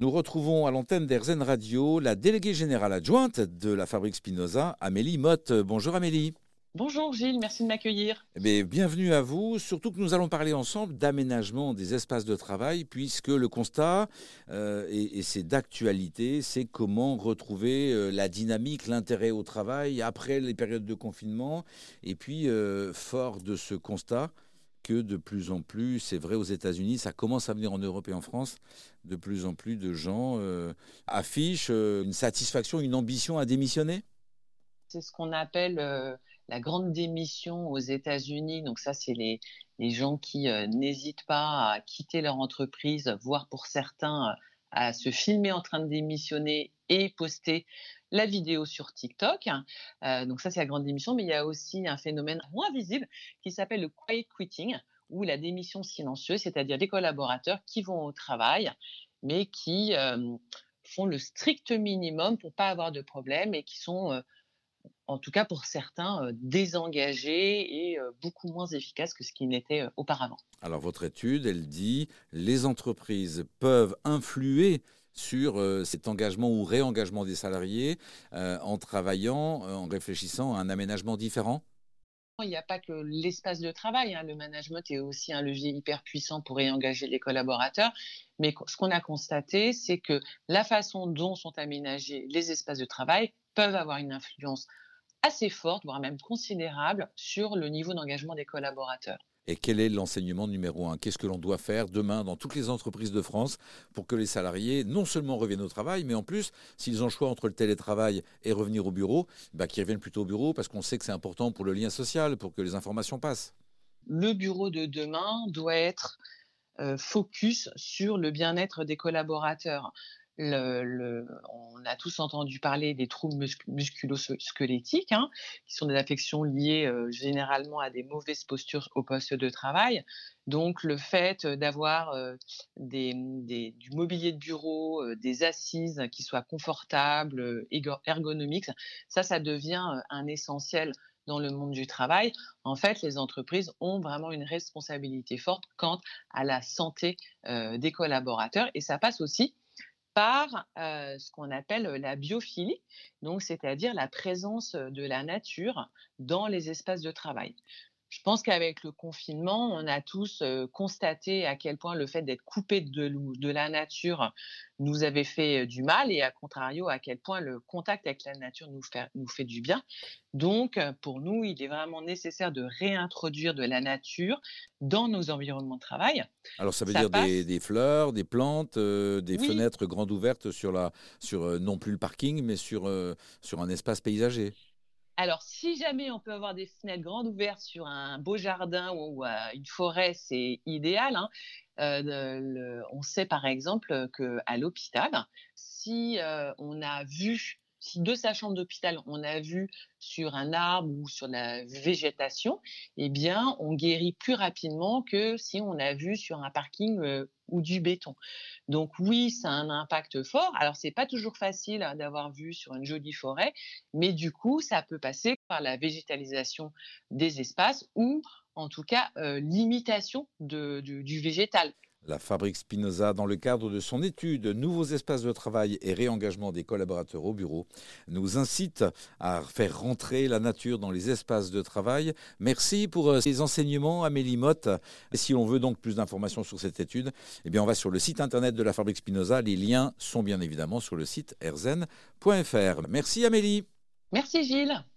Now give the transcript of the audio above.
Nous retrouvons à l'antenne d'RZN Radio la déléguée générale adjointe de la Fabrique Spinoza, Amélie Motte. Bonjour Amélie. Bonjour Gilles, merci de m'accueillir. Bienvenue à vous, surtout que nous allons parler ensemble d'aménagement des espaces de travail, puisque le constat, et c'est d'actualité, c'est comment retrouver la dynamique, l'intérêt au travail après les périodes de confinement. Et puis, fort de ce constat, que de plus en plus, c'est vrai aux États-Unis, ça commence à venir en Europe et en France, de plus en plus de gens affichent une satisfaction, une ambition à démissionner. C'est ce qu'on appelle la grande démission aux États-Unis. Donc ça, c'est les gens qui n'hésitent pas à quitter leur entreprise, voire pour certains à se filmer en train de démissionner et poster la vidéo sur TikTok. Donc ça, c'est la grande démission. Mais il y a aussi un phénomène moins visible qui s'appelle le quiet quitting, ou la démission silencieuse, c'est-à-dire des collaborateurs qui vont au travail, mais qui font le strict minimum pour pas avoir de problème et qui sont en tout cas pour certains, désengagés et beaucoup moins efficaces que ce qui n'était auparavant. Alors votre étude, elle dit les entreprises peuvent influer sur cet engagement ou réengagement des salariés en travaillant, en réfléchissant à un aménagement différent. Il n'y a pas que l'espace de travail, le management est aussi un levier hyper puissant pour réengager les collaborateurs. Mais ce qu'on a constaté, c'est que la façon dont sont aménagés les espaces de travail peuvent avoir une influence assez forte, voire même considérable, sur le niveau d'engagement des collaborateurs. Et quel est l'enseignement numéro 1 ? Qu'est-ce que l'on doit faire demain dans toutes les entreprises de France pour que les salariés non seulement reviennent au travail, mais en plus, s'ils ont le choix entre le télétravail et revenir au bureau, qu'ils reviennent plutôt au bureau parce qu'on sait que c'est important pour le lien social, pour que les informations passent. Le bureau de demain doit être focus sur le bien-être des collaborateurs. On a tous entendu parler des troubles musculo-squelettiques, qui sont des affections liées généralement à des mauvaises postures au poste de travail. Donc le fait d'avoir du mobilier de bureau, des assises qui soient confortables, ergonomiques, ça devient un essentiel dans le monde du travail. En fait, les entreprises ont vraiment une responsabilité forte quant à la santé des collaborateurs, et ça passe aussi par ce qu'on appelle la biophilie, donc c'est-à-dire la présence de la nature dans les espaces de travail. Je pense qu'avec le confinement, on a tous constaté à quel point le fait d'être coupé de la nature nous avait fait du mal, et à contrario, à quel point le contact avec la nature nous fait du bien. Donc, pour nous, il est vraiment nécessaire de réintroduire de la nature dans nos environnements de travail. Alors ça veut dire des fleurs, des plantes, des Oui. fenêtres grandes ouvertes sur non plus le parking, mais sur un espace paysager. Alors, si jamais on peut avoir des fenêtres grandes ouvertes sur un beau jardin ou une forêt, c'est idéal. On sait par exemple qu'à l'hôpital, si de sa chambre d'hôpital, on a vu sur un arbre ou sur la végétation, eh bien, on guérit plus rapidement que si on a vu sur un parking ou du béton. Donc oui, ça a un impact fort. Alors, c'est pas toujours facile d'avoir vu sur une jolie forêt, mais du coup, ça peut passer par la végétalisation des espaces ou, en tout cas, l'imitation du végétal. La Fabrique Spinoza, dans le cadre de son étude Nouveaux espaces de travail et réengagement des collaborateurs au bureau, nous incite à faire rentrer la nature dans les espaces de travail. Merci pour ces enseignements, Amélie Motte. Et si on veut donc plus d'informations sur cette étude, on va sur le site internet de la Fabrique Spinoza. Les liens sont bien évidemment sur le site rzn.fr. Merci Amélie. Merci Gilles.